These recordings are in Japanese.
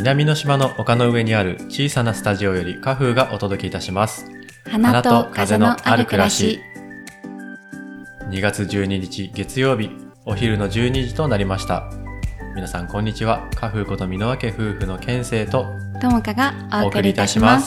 南の島の丘の上にある小さなスタジオよりカフーがお届けいたします。 花と風のある暮らし。 2月12日月曜日、お昼の12時となりました。皆さんこんにちは。カフーこと箕輪家夫婦の健生とともかがお送りいたします。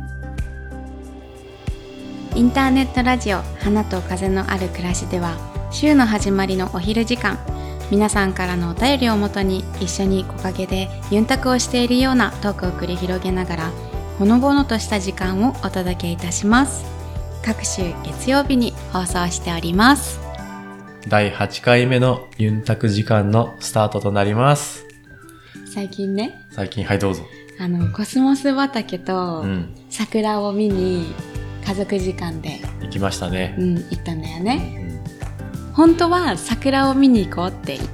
インターネットラジオ花と風のある暮らしでは、週の始まりのお昼時間、皆さんからのお便りをもとに一緒に木陰でユンタクをしているようなトークを繰り広げながら、ほのぼのとした時間をお届けいたします。各週月曜日に放送しております。 第8回目のユンタク時間のスタートとなります。 最近はいどうぞ。 コスモス畑と桜を見に家族時間で行きましたね。 行ったんだよね。本当は桜を見に行こうって言って、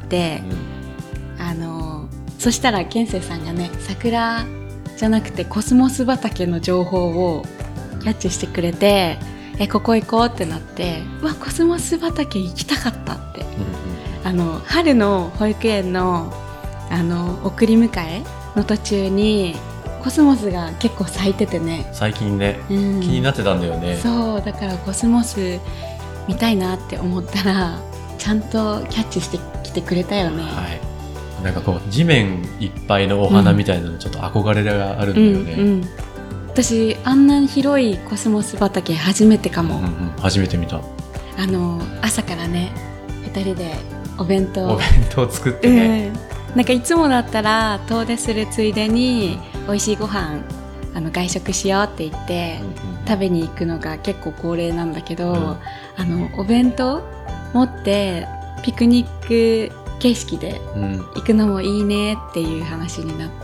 そしたら健生さんがね、桜じゃなくてコスモス畑の情報をキャッチしてくれて、ここ行こうってなって、コスモス畑行きたかったって、春の保育園の送り迎えの途中にコスモスが結構咲いててね、 最近ね、気になってたんだよね。 そうだからコスモス見たいなって思ったら、ちゃんとキャッチしてきてくれたよね。 はい。なんかこう地面いっぱいのお花みたいなのちょっと憧れがあるんだよね。 私あんな広いコスモス畑初めてかも。 初めて見た。 朝からね、2人でお弁当作ってね、 なんかいつもだったら遠出するついでに美味しいご飯外食しようって言って、食べに行くのが結構恒例なんだけど、お弁当持ってピクニック形式で行くのもいいねっていう話になって、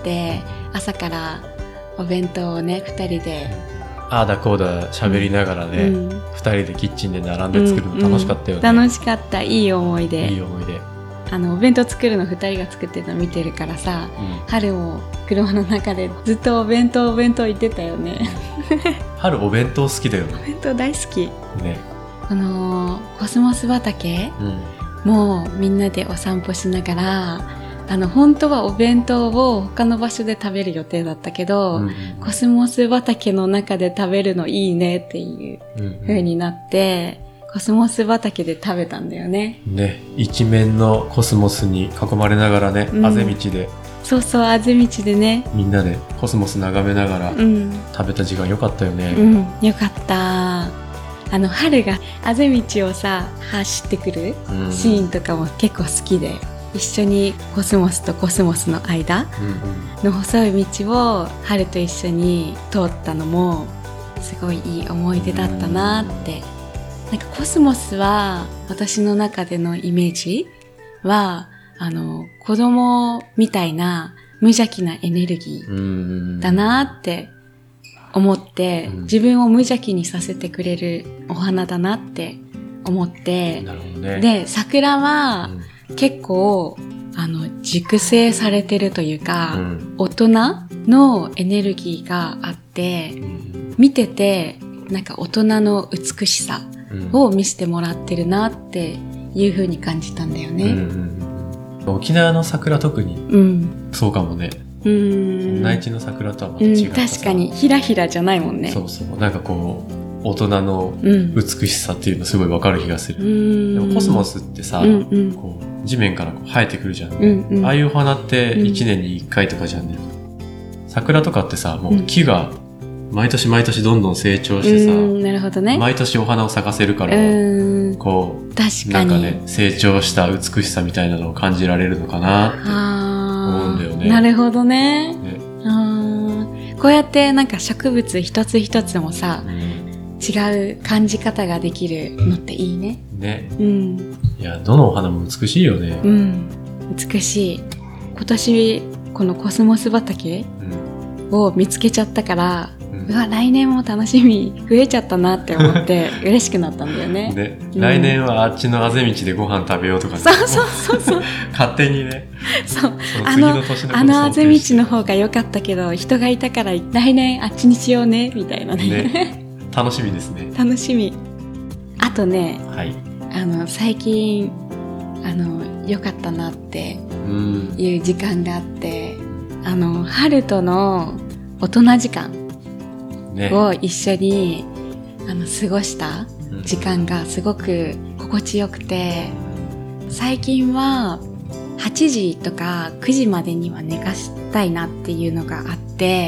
朝からお弁当をね2人でああだこうだ喋りながらね、2人でキッチンで並んで作るの楽しかったよね。 楽しかった。いい思い出。お弁当作るの2人が作ってるの見てるからさ、春も車の中でずっとお弁当言ってたよね。 春お弁当好きだよね。 お弁当大好きね。 このコスモス畑、もうみんなでお散歩しながら、本当はお弁当を他の場所で食べる予定だったけど、コスモス畑の中で食べるのいいねっていう風になって、コスモス畑で食べたんだよね。 一面のコスモスに囲まれながらね、あぜ道で。 そうそう、あぜ道でね。 みんなでコスモス眺めながら食べた時間よかったよね。 よかった。春があぜ道をさ、走ってくるシーンとかも結構好きで、一緒にコスモスとコスモスの間の細い道を春と一緒に通ったのもすごいいい思い出だったなって。なんかコスモスは私の中でのイメージは子供みたいな無邪気なエネルギーだなって思って、自分を無邪気にさせてくれるお花だなって思って、で桜は結構熟成されてるというか、大人のエネルギーがあって、見ててなんか大人の美しさを見せてもらってるなっていう風に感じたんだよね。 沖縄の桜特にそうかもね。内地の桜とはまた違う。 確かにひらひらじゃないもんね。 そうそう、なんかこう大人の美しさっていうのすごいわかる気がする。でもコスモスってさ、こう地面からこう生えてくるじゃん。ああいうお花って1年に1回とかじゃんね。桜とかってさ、もう木が毎年毎年どんどん成長してさ、 なるほどね。 毎年お花を咲かせるから、こう確かになんかね、成長した美しさみたいなのを感じられるのかなって思うんだよね。 なるほどね。こうやってなんか植物一つ一つもさ、違う感じ方ができるのっていいね。いや、どのお花も美しいよね。 美しい。今年このコスモス畑を見つけちゃったから、来年も楽しみ増えちゃったなって思って嬉しくなったんだよね。 来年はあっちのあぜ道でご飯食べようとか、 そう勝手にね。 そう次の年のあぜ道の方が良かったけど人がいたから来年あっちにしようねみたいなね。 楽しみですね。 楽しみ。あとね、最近良かったなっていう時間があって、 春との大人時間を一緒に、過ごした時間がすごく心地よくて、最近は8時とか9時までには寝かしたいなっていうのがあって、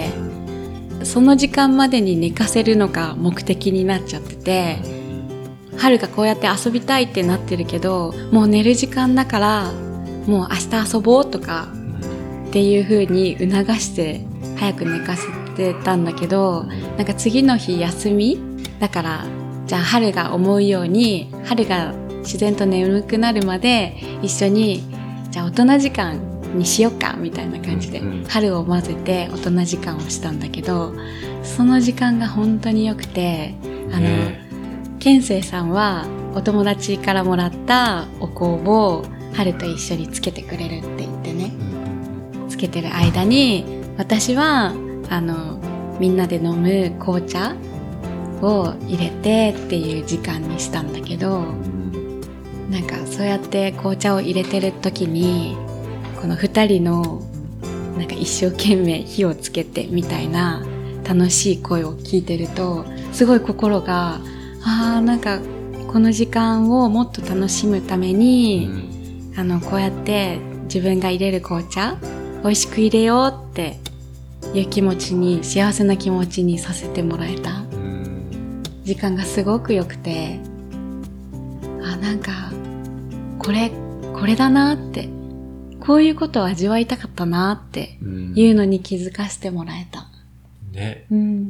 その時間までに寝かせるのが目的になっちゃってて、春がこうやって遊びたいってなってるけど、もう寝る時間だからもう明日遊ぼうとかっていう風に促して早く寝かせてたんだけど、なんか次の日休みだから、じゃあ春が思うように、春が自然と眠くなるまで一緒に、じゃあ大人時間にしよっかみたいな感じで、春を混ぜて大人時間をしたんだけど、その時間が本当に良くて、健生さんはお友達からもらったお香を春と一緒につけてくれるって言ってね、つけてる間に私はみんなで飲む紅茶を入れてっていう時間にしたんだけど、なんかそうやって紅茶を入れてる時に、この2人のなんか一生懸命火をつけてみたいな楽しい声を聞いてると、すごい心がなんかこの時間をもっと楽しむために、こうやって自分が入れる紅茶美味しく入れようっていう気持ちに、幸せな気持ちにさせてもらえた時間がすごく良くて、なんかこれだなって、こういうことを味わいたかったなっていうのに気づかせてもらえたね。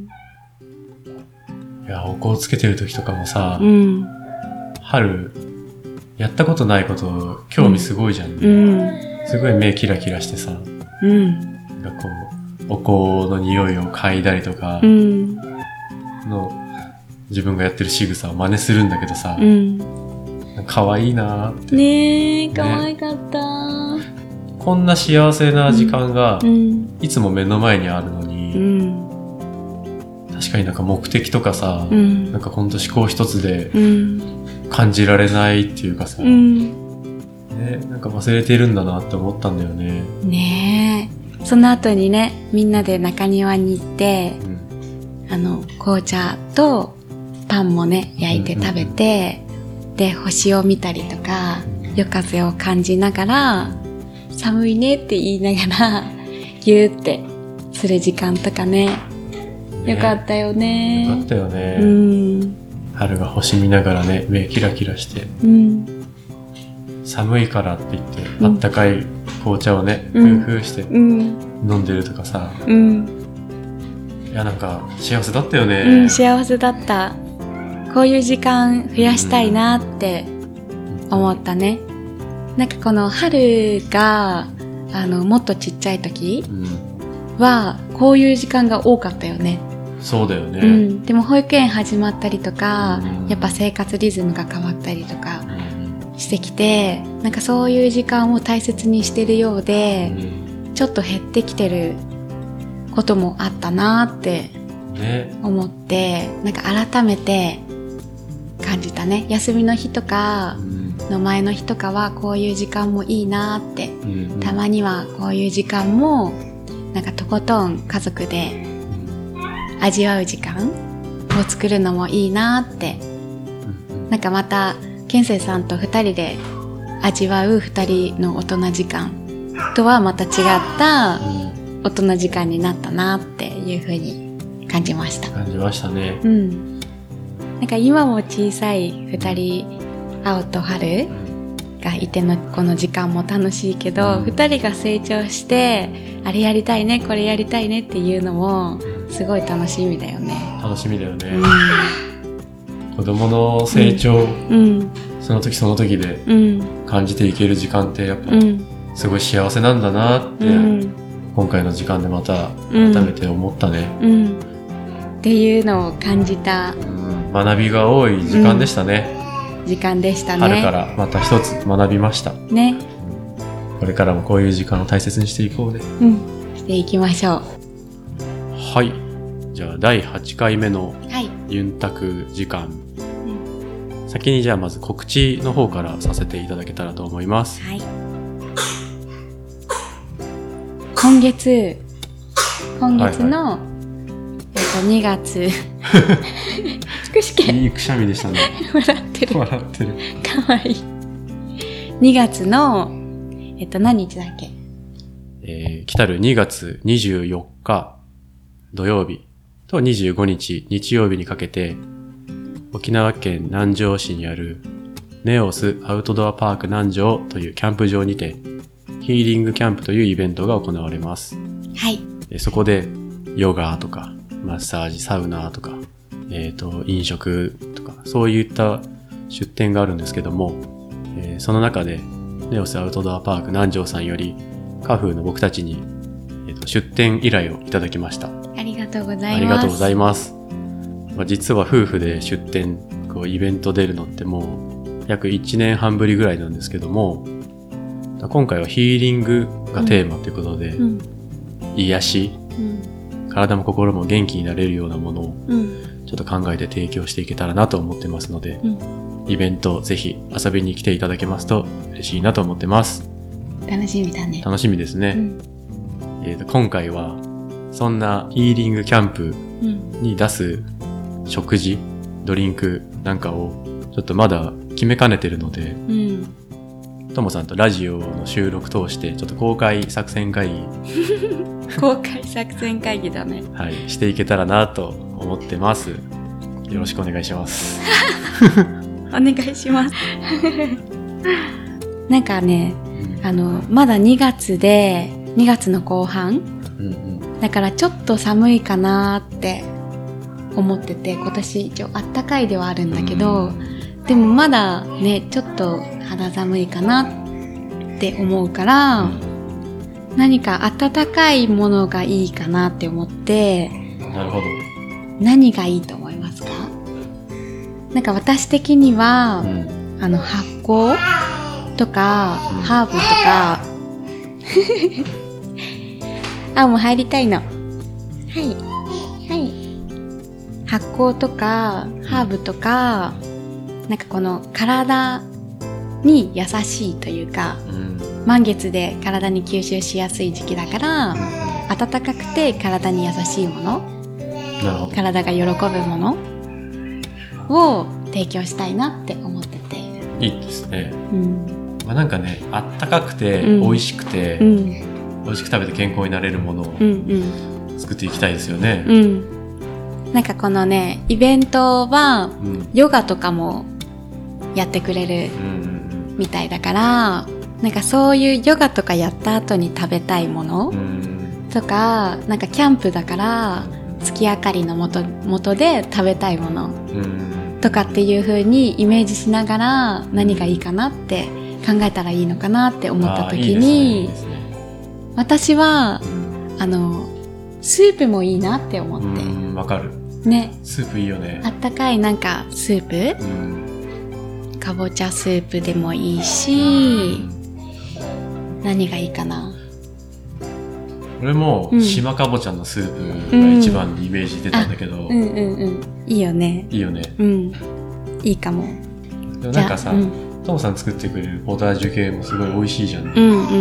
いや、お香つけてる時とかもさ、春やったことないこと興味すごいじゃん、すごい目キラキラしてさ、なんかこうお香の匂いを嗅いだりとか、の自分がやってる仕草を真似するんだけどさ、可愛いなーって。 ねえ、可愛かった。 こんな幸せな時間がいつも目の前にあるのに、確かになんか目的とかさ、なんかほんと思考一つで感じられないっていうかさ、ね、なんか忘れてるんだなって思ったんだよね。 ねえ。その後にね、みんなで中庭に行って、紅茶とパンもね、焼いて食べて、で、星を見たりとか、夜風を感じながら、寒いねって言いながら、ギューってする時間とかね。よかったよね。 よかったよね。春が星見ながらね、目キラキラして。寒いからって言って、あったかい紅茶をね、ふうふうして飲んでるとかさ。いや、なんか幸せだったよね。 幸せだった。こういう時間増やしたいなって思ったね。なんかこの春がもっとちっちゃい時はこういう時間が多かったよね。 そうだよね。 でも保育園始まったりとか、やっぱ生活リズムが変わったりとかしてきて、なんかそういう時間を大切にしてるようで、ちょっと減ってきてることもあったなって思って、なんか改めて感じたね。休みの日とかの前の日とかはこういう時間もいいなって、たまにはこういう時間もなんかとことん家族で味わう時間を作るのもいいなって、なんかまた健生さんと2人で味わう2人の大人時間とはまた違った大人時間になったなっていう風に感じました。 感じましたね。 なんか今も小さい2人、青と春がいてのこの時間も楽しいけど、2人が成長してあれやりたいね、これやりたいねっていうのもすごい楽しみだよね。 楽しみだよね。子供の成長、その時その時で感じていける時間ってやっぱすごい幸せなんだなって、今回の時間でまた改めて思ったね。 っていうのを感じた。 学びが多い時間でしたね。 時間でしたね。 春からまた一つ学びました。 ね。 これからもこういう時間を大切にしていこうね。 していきましょう。 はい。じゃあ第8回目のユンタク時間。先にじゃあまず告知の方からさせていただけたらと思います。 今今月の、2月つくしけいいくしゃみでしたね。 笑ってる。 笑ってる。 かわいい。2月の何日だっけ？ 来たる2月24日土曜日と25日日曜日にかけて、沖縄県南城市にあるネオスアウトドアパーク南城というキャンプ場にてヒーリングキャンプというイベントが行われます。 はい。 そこでヨガとかマッサージ、サウナとか、飲食とかそういった出店があるんですけども、その中でネオスアウトドアパーク南城さんよりカフーの僕たちに、出店依頼をいただきました。 ありがとうございます。 ありがとうございます。実は夫婦で出店イベント出るのってもう約1年半ぶりぐらいなんですけども、今回はヒーリングがテーマということで、癒し、体も心も元気になれるようなものをちょっと考えて提供していけたらなと思ってますので、イベントぜひ遊びに来ていただけますと嬉しいなと思ってます。 楽しみだね。 楽しみですね。今回はそんなヒーリングキャンプに出す食事、ドリンクなんかをちょっとまだ決めかねてるので、ともさんとラジオの収録通してちょっと公開作戦会議公開作戦会議だね。 はい、していけたらなと思ってます。よろしくお願いします。 お願いします。なんかね、まだ2月で2月の後半、だからちょっと寒いかなって思ってて、今年一応あったかいではあるんだけど、でもまだねちょっと肌寒いかなって思うから、何か温かいものがいいかなって思って。 なるほど。 何がいいと思いますか？なんか私的には、発酵とか、ハーブとかあ、もう入りたいの。はい発酵とかハーブとか、なんかこの体に優しいというか、満月で体に吸収しやすい時期だから、暖かくて体に優しいもの、体が喜ぶものを提供したいなって思ってて。 いいですね。なんかね、あったかくて美味しくて、美味しく食べて健康になれるものを作っていきたいですよね。なんかこのね、イベントはヨガとかもやってくれるみたいだから、なんかそういうヨガとかやった後に食べたいものとか、なんかキャンプだから月明かりの元で食べたいものとかっていう風にイメージしながら、何がいいかなって考えたらいいのかなって思った時に、私はスープもいいなって思って。 わかるね。 スープいいよね。 あったかいなんかスープ、かぼちゃスープでもいいし、何がいいかな。 俺も島かぼちゃのスープが一番にイメージ出たんだけど、 いいよね。 いいよね。 いいかも。 でもなんかさ、トモさん作ってくれるポタージュ系もすごい美味しいじゃん。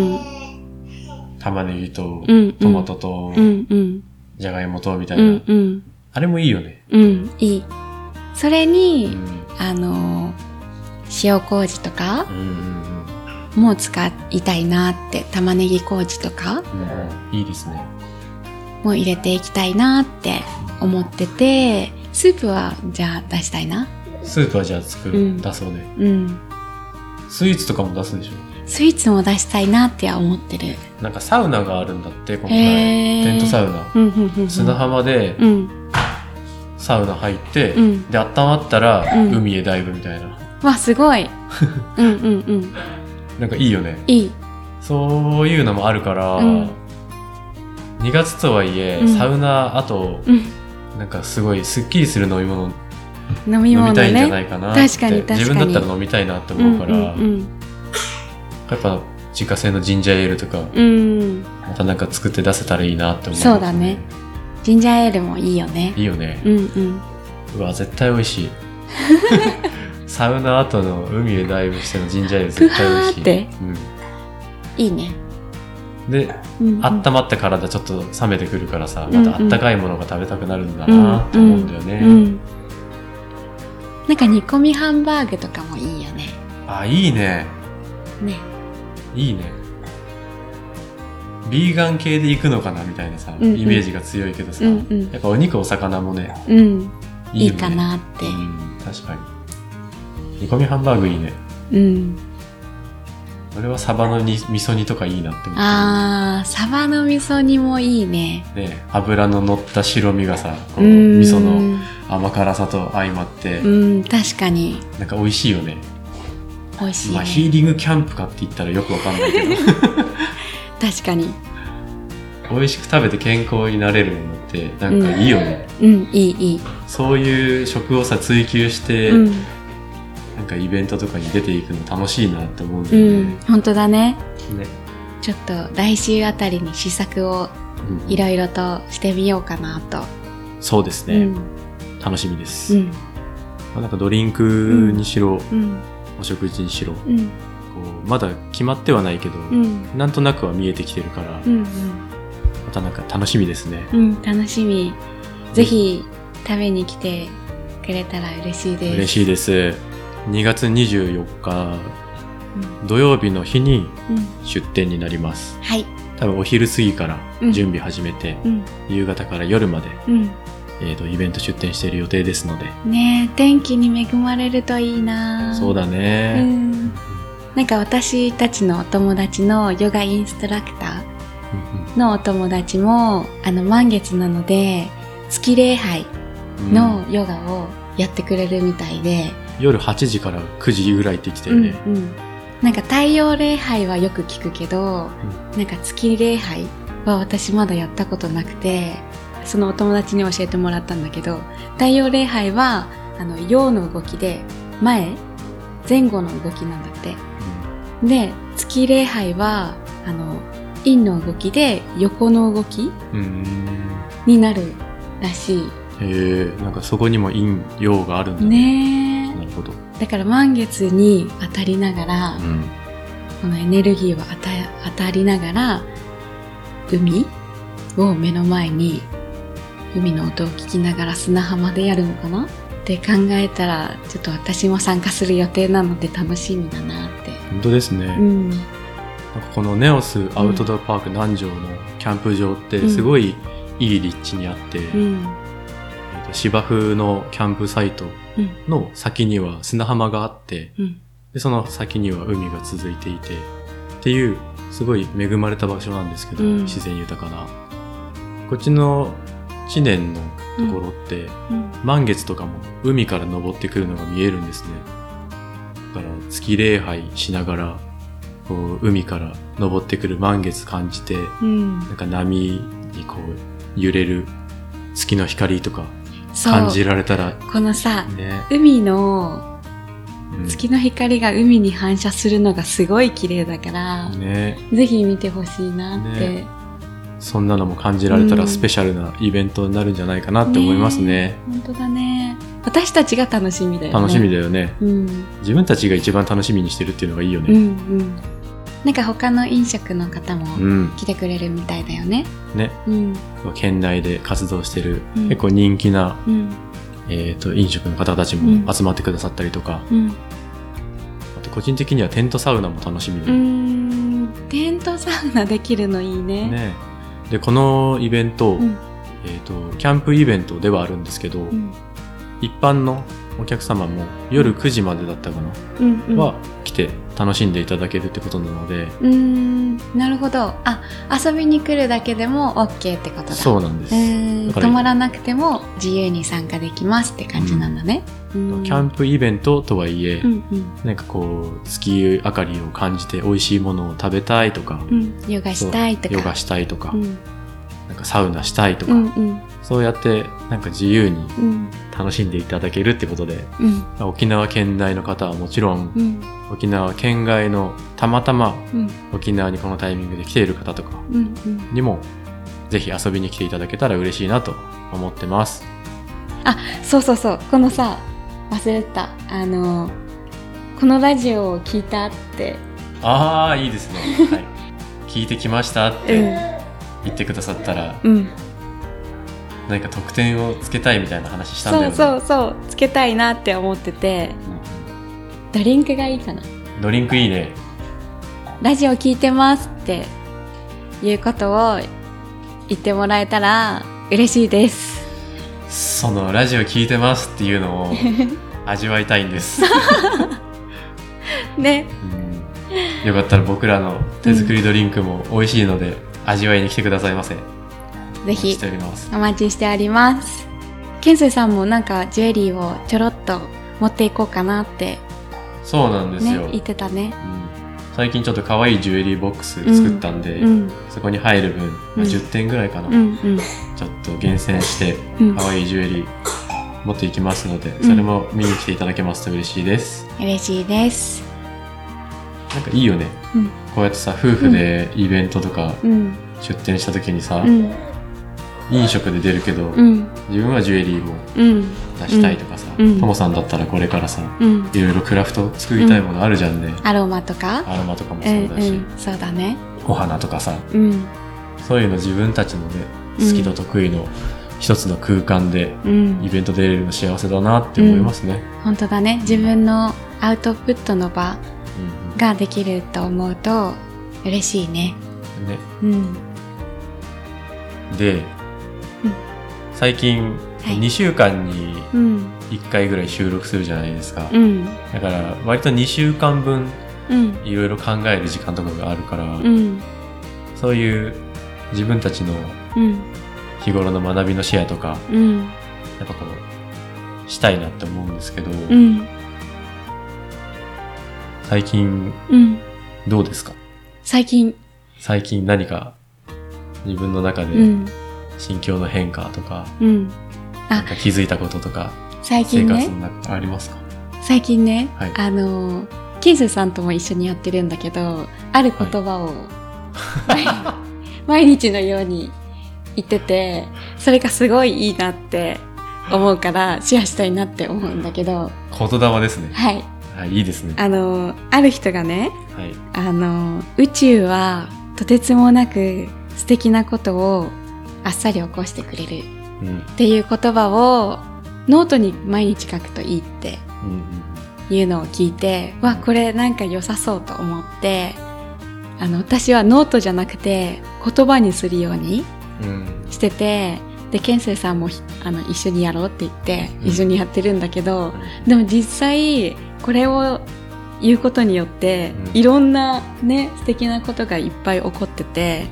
玉ねぎとトマトとじゃがいもとみたいな、あれもいいよね。 いい。それに、塩麹とかも使いたいなって、玉ねぎ麹とか、 いいですね。 も入れていきたいなって思ってて、スープはじゃあ出したいな。 スープはじゃあ出そうね。スイーツとかも出すでしょ。 スイーツも出したいなって思ってる。 なんかサウナがあるんだって、今回。テントサウナ。砂浜で、サウナ入って、で、温まったら、海へダイブみたいな。 わ、すごい。 なんかいいよね。 いい。 そういうのもあるから、2月とはいえ、サウナ後、なんかすごいスッキリする飲み物飲みたいんじゃないかなって。 確かに自分だったら飲みたいなって思うから、やっぱ自家製のジンジャーエールとか、またなんか作って出せたらいいなって思う。 そうだね。ジンジャーエールもいいよね。 いいよね。うわ、絶対美味しい。サウナ後の海へダイブしてのジンジャーエール絶対美味しい。 いいね。 で、温まった体ちょっと冷めてくるからさ、またあったかいものが食べたくなるんだなと思うんだよね。 なんか煮込みハンバーグとかもいいよね。 あ、いいね。 ね。 いいね。ビーガン系で行くのかなみたいなさ、イメージが強いけどさ、やっぱお肉お魚もね、 いいかなって。 確かに。煮込みハンバーグいいね。俺はサバの味噌煮とかいいなって思ってる。 あー、サバの味噌煮もいいね。 ね、油の乗った白身がさ、こう味噌の甘辛さと相まって、 確かに。 なんか美味しいよね。 美味しいね。 まあヒーリングキャンプかって言ったらよくわかんないけど。 確かに。 美味しく食べて健康になれるものってなんかいいよね。 いい。 そういう食をさ追求して、なんかイベントとかに出ていくの楽しいなって思うんだよね。 本当だね。ちょっと来週あたりに試作をいろいろとしてみようかなと。 そうですね。楽しみです。なんかドリンクにしろ、お食事にしろ、こうまだ決まってはないけど、なんとなくは見えてきてるから、またなんか楽しみですね。 楽しみ。ぜひ食べに来てくれたら嬉しいです。 嬉しいです。2月24日、土曜日の日に出店になります。 はい。 多分お昼過ぎから準備始めて、夕方から夜まで、イベント出店している予定ですので。 ねえ、天気に恵まれるといいな。 そうだね。 なんか私たちのお友達のヨガインストラクターのお友達も、満月なので、月礼拝のヨガをやってくれるみたいで、 夜8時から9時ぐらいって言ってたよね。 なんか太陽礼拝はよく聞くけど、なんか月礼拝は私まだやったことなくて、そのお友達に教えてもらったんだけど、太陽礼拝は陽の動きで前後の動きなんだって。で、月礼拝は陰の動きで横の動きになるらしい。 なんかそこにも陰陽があるんだね。 なるほど。 だから満月に当たりながら、このエネルギーを当たりながら、海を目の前に、海の音を聞きながら砂浜でやるのかなって考えたら、ちょっと私も参加する予定なので楽しみだなって。 本当ですね。なんかこのネオスアウトドアパーク南城のキャンプ場ってすごいいい立地にあって、芝生のキャンプサイトの先には砂浜があって、でその先には海が続いていてっていうすごい恵まれた場所なんですけど、自然豊かなこっちの知念のところって、満月とかも海から登ってくるのが見えるんですね。だから月礼拝しながらこう海から登ってくる満月感じて、なんか波にこう揺れる月の光とか感じられたら、 このさ、海の月の光が海に反射するのがすごい綺麗だから、ぜひ見てほしいなって、 そんなのも感じられたらスペシャルなイベントになるんじゃないかなって思いますね。 本当だね。私たちが楽しみだよね。 楽しみだよね。自分たちが一番楽しみにしてるっていうのがいいよね。 なんか他の飲食の方も来てくれるみたいだよね。県内で活動してる、結構人気な、飲食の方たちも集まってくださったりとか、あと個人的にはテントサウナも楽しみで。 テントサウナできるのいいね。 でこのイベント、キャンプイベントではあるんですけど、一般のお客様も夜9時までだったかな、は来て楽しんでいただけるってことなので。 なるほど。遊びに来るだけでも OK ってことだ。 そうなんです。 泊まらなくても自由に参加できますって感じなんだね。 キャンプイベントとはいえ、なんかこう月明かりを感じて美味しいものを食べたいとか、 ヨガしたいとか、 なんかサウナしたいとか、そうやってなんか自由に楽しんでいただけるってことで、沖縄県内の方はもちろん、沖縄県外のたまたま沖縄にこのタイミングで来ている方とかにも、ぜひ遊びに来ていただけたら嬉しいなと思ってます。 そうこのさ、忘れてた、このラジオを聞いたって。 いいですね。 聞いてきましたって言ってくださったら、何か特典をつけたいみたいな話したんだよね。 そうつけたいなって思ってて、ドリンクがいいかな。 ドリンクいいね。 ラジオ聞いてますっていうことを言ってもらえたら嬉しいです。 そのラジオ聞いてますっていうのを味わいたいんですね、 よかったら僕らの手作りドリンクも美味しいので、味わいに来てくださいませ。 ぜひお待ちしております。ケンスイさんもなんかジュエリーをちょろっと持っていこうかなって、 そうなんですよ、 言ってたね。 最近ちょっと可愛いジュエリーボックス作ったんで、そこに入る分、10点ぐらいかな、ちょっと厳選して可愛いジュエリー持っていきますので、それも見に来ていただけますと嬉しいです。 嬉しいです。 なんかいいよね、こうやってさ、夫婦でイベントとか出店した時にさ、飲食で出るけど、自分はジュエリーも出したいとかさ、ともさんだったらこれからさ、いろいろクラフト作りたいものあるじゃんね。 アロマとかもそうだし、 そうだね、 お花とかさ、そういうの自分たちのね、好きと得意の一つの空間でイベントで出れるの幸せだなって思いますね。 本当だね。自分のアウトプットの場ができると思うと嬉しいね。 で、最近2週間に1回ぐらい収録するじゃないですか。だから割と2週間分いろいろ考える時間とかがあるから、そういう自分たちの日頃の学びのシェアとか、やっぱこうしたいなって思うんですけど、最近どうですか？最近何か自分の中で心境の変化とか、なんか気づいたこととか、 最近ね、 生活の中ありますか？ 最近ね、ケンスさんとも一緒にやってるんだけど、ある言葉を、毎日のように言ってて、それがすごいいいなって思うからシェアしたいなって思うんだけど。 言霊ですね。 はい、 いいですね。 ある人がね、宇宙はとてつもなく素敵なことをあっさり起こしてくれるっていう言葉をノートに毎日書くといいっていうのを聞いて、わ、これなんか良さそうと思って、私はノートじゃなくて言葉にするようにしてて、でケンセイさんも一緒にやろうって言って一緒にやってるんだけど、でも実際これを言うことによって、いろんなね、素敵なことがいっぱい起こってて、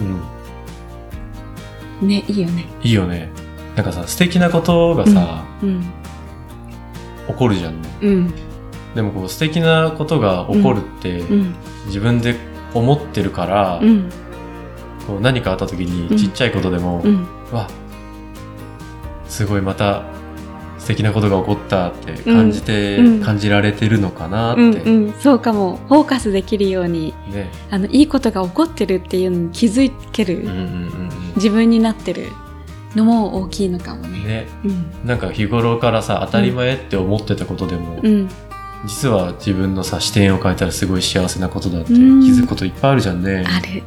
ね、いいよね。 いいよね。なんかさ、素敵なことがさ、起こるじゃんね。でもこう素敵なことが起こるって、自分で思ってるから、こう何かあった時にちっちゃいことでも、わ、すごいまた素敵なことが起こったって感じられてるのかなって、 そうかも。フォーカスできるように、ね、いいことが起こってるっていうのに気づける、自分になってるのも大きいのかもね。 なんか日頃からさ、当たり前って思ってたことでも、実は自分のさ、視点を変えたらすごい幸せなことだって気づくこといっぱいあるじゃんね。 ある。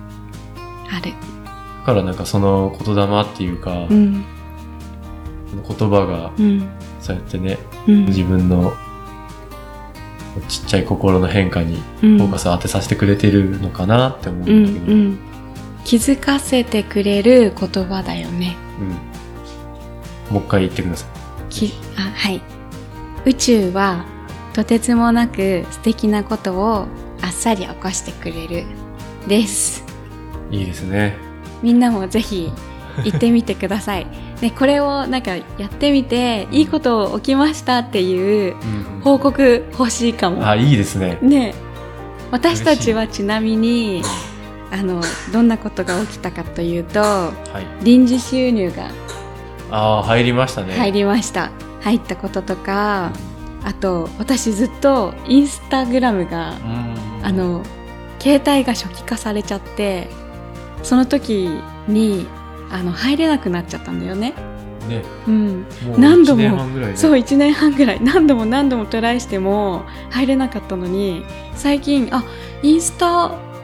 だからなんかその言霊っていうか、言葉がそうやってね、自分のちっちゃい心の変化にフォーカスを当てさせてくれてるのかなって思うんだけど、 気づかせてくれる言葉だよね。 もう一回言ってください。 はい。宇宙はとてつもなく素敵なことをあっさり起こしてくれるです。 いいですね。 みんなもぜひ言ってみてください。ね、これをなんかやってみて、いいこと起きましたっていう報告欲しいかも。 いいですね。 ね、私たちはちなみにどんなことが起きたかというと、臨時収入が入りましたね。 入ったこととか、あと私ずっとインスタグラムが携帯が初期化されちゃって、その時に入れなくなっちゃったんだよね。もう1年半ぐらいね。そう、1年半ぐらい何度もトライしても入れなかったのに、最近インスタ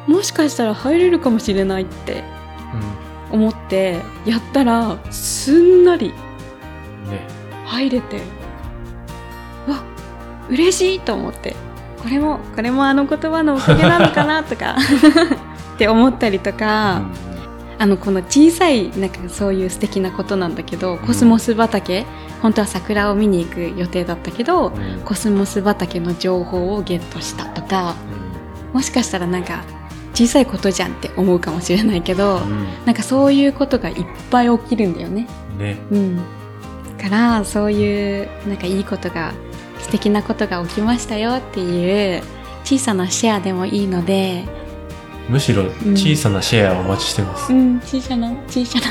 もしかしたら入れるかもしれないって思ってやったらすんなり入れて、わ、嬉しいと思って、これもあの言葉のおかげなのかなとかって思ったりとか、この小さいなんかそういう素敵なことなんだけど、コスモス畑、本当は桜を見に行く予定だったけど、コスモス畑の情報をゲットしたとか、もしかしたらなんか小さいことじゃんって思うかもしれないけど、なんかそういうことがいっぱい起きるんだよね。だからそういうなんかいいことが、素敵なことが起きましたよっていう小さなシェアでもいいので、 むしろ小さなシェアをお待ちしてます。 小さな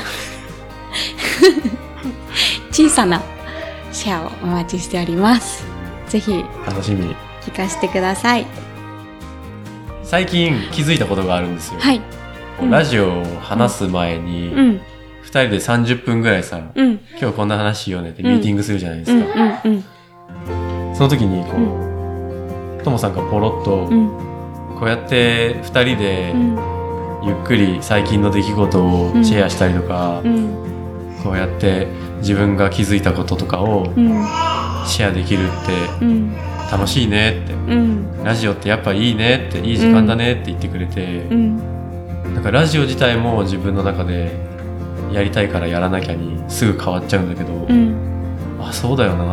小さなシェアをお待ちしております。ぜひ楽しみに聞かせてください。 最近気づいたことがあるんですよ。ラジオを話す前に、2人で30分ぐらいさ、今日こんな話しようねってミーティングするじゃないですか。その時にともさんがポロッと、こうやって2人でゆっくり最近の出来事をシェアしたりとか、こうやって自分が気づいたこととかをシェアできるって楽しいねって、ラジオってやっぱいいねって、いい時間だねって言ってくれて、なんかラジオ自体も自分の中でやりたいからやらなきゃにすぐ変わっちゃうんだけど、あ、そうだよなって、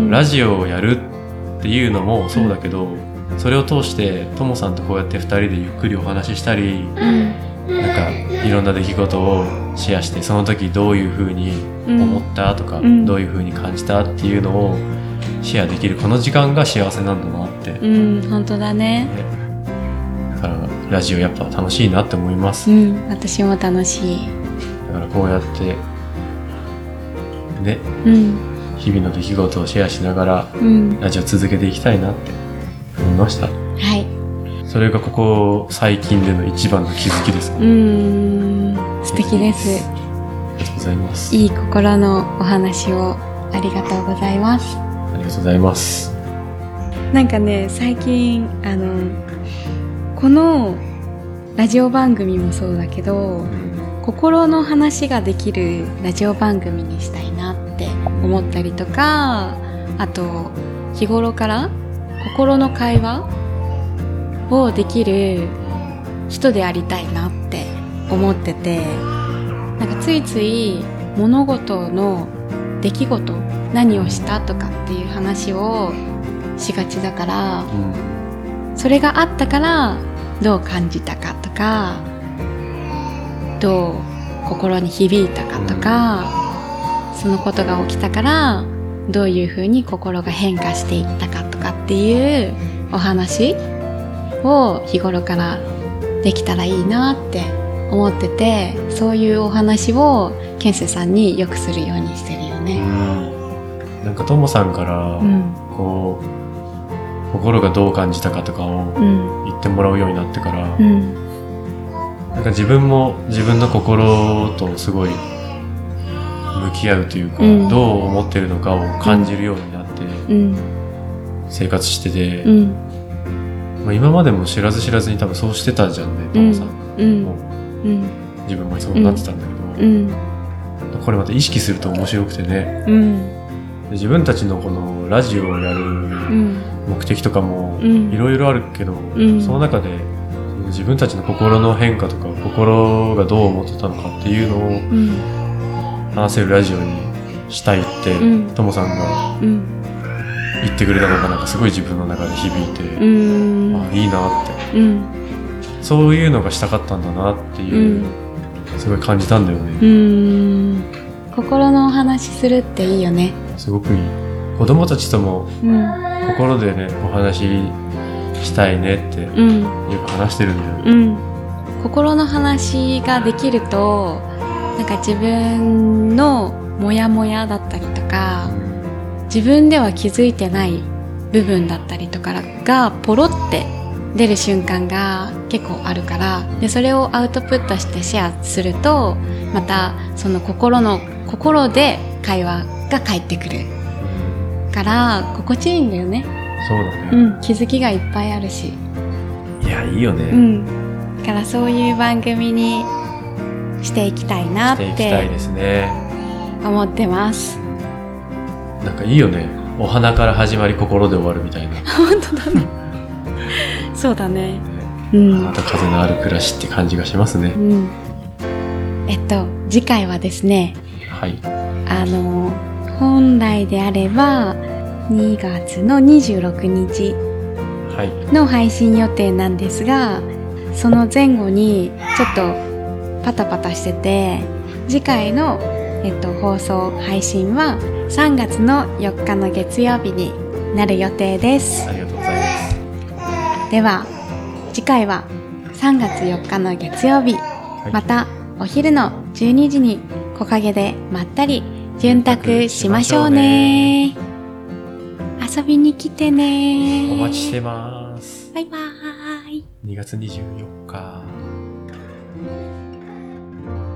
ラジオをやるっていうのもそうだけど、それを通してともさんとこうやって2人でゆっくりお話ししたり、なんかいろんな出来事をシェアして、その時どういう風に思ったとか、どういう風に感じたっていうのをシェアできるこの時間が幸せなんだなって。 本当だね。 だからラジオやっぱ楽しいなって思います。 私も楽しい。 だからこうやってね、日々の出来事をシェアしながら、ラジオ続けていきたいなって思いました。それがここ最近での一番の気づきですか？ 素敵です。 ありがとうございます。 いい心のお話をありがとうございます。 ありがとうございます。 なんかね、最近このラジオ番組もそうだけど、心の話ができるラジオ番組にしたいなって思ったりとか、あと日頃から心の会話をできる人でありたいなって思ってて、なんかついつい物事の出来事、何をしたとかっていう話をしがちだから、それがあったからどう感じたかとか、どう心に響いたかとか、そのことが起きたからどういうふうに心が変化していったかとかっていうお話を日頃からできたらいいなって思ってて、そういうお話をケンセさんによくするようにしてるよね。 なんかともさんから、こう心がどう感じたかとかを言ってもらうようになってから、なんか自分も自分の心とすごい向き合うというか、どう思ってるのかを感じるようになって、生活してて、今までも知らず知らずに多分そうしてたじゃんね、ともさんも、自分もそうなってたんだけど、これまた意識すると面白くてね、で自分たちのこのラジオをやる目的とかもいろいろあるけど、その中で自分たちの心の変化とか、心がどう思ってたのかっていうのを話せるラジオにしたいって、ともさんが言ってくれたのがなんかすごい自分の中で響いて、いいなって、そういうのがしたかったんだなっていう、すごい感じたんだよね。 心のお話するっていいよね。 すごくいい。子供たちとも心でね、お話したいねってよく話してるんだよね。 心の話ができると、なんか自分のモヤモヤだったりとか、自分では気づいてない部分だったりとかがポロって出る瞬間が結構あるから、でそれをアウトプットしてシェアすると、またその心で会話が返ってくるから心地いいんだよね。 そうだね。 気づきがいっぱいあるし。 いや、いいよね。 だからそういう番組にしていきたいなってしていきたいですね。 思ってます。 なんかいいよね。お花から始まり心で終わるみたいな。 本当だね。そうだね。 花と風のある暮らしって感じがしますね。 次回はですね、 はい。 本来であれば2月の26日の配信予定なんですが、その前後にちょっとパタパタしてて、次回の、放送配信は3月の4日の月曜日になる予定です。 ありがとうございます。 では次回は3月4日の月曜日、またお昼の12時に木陰でまったり潤沢しましょうね。遊びに来てね。 お待ちしてます。 バイバーイ。 2月24日。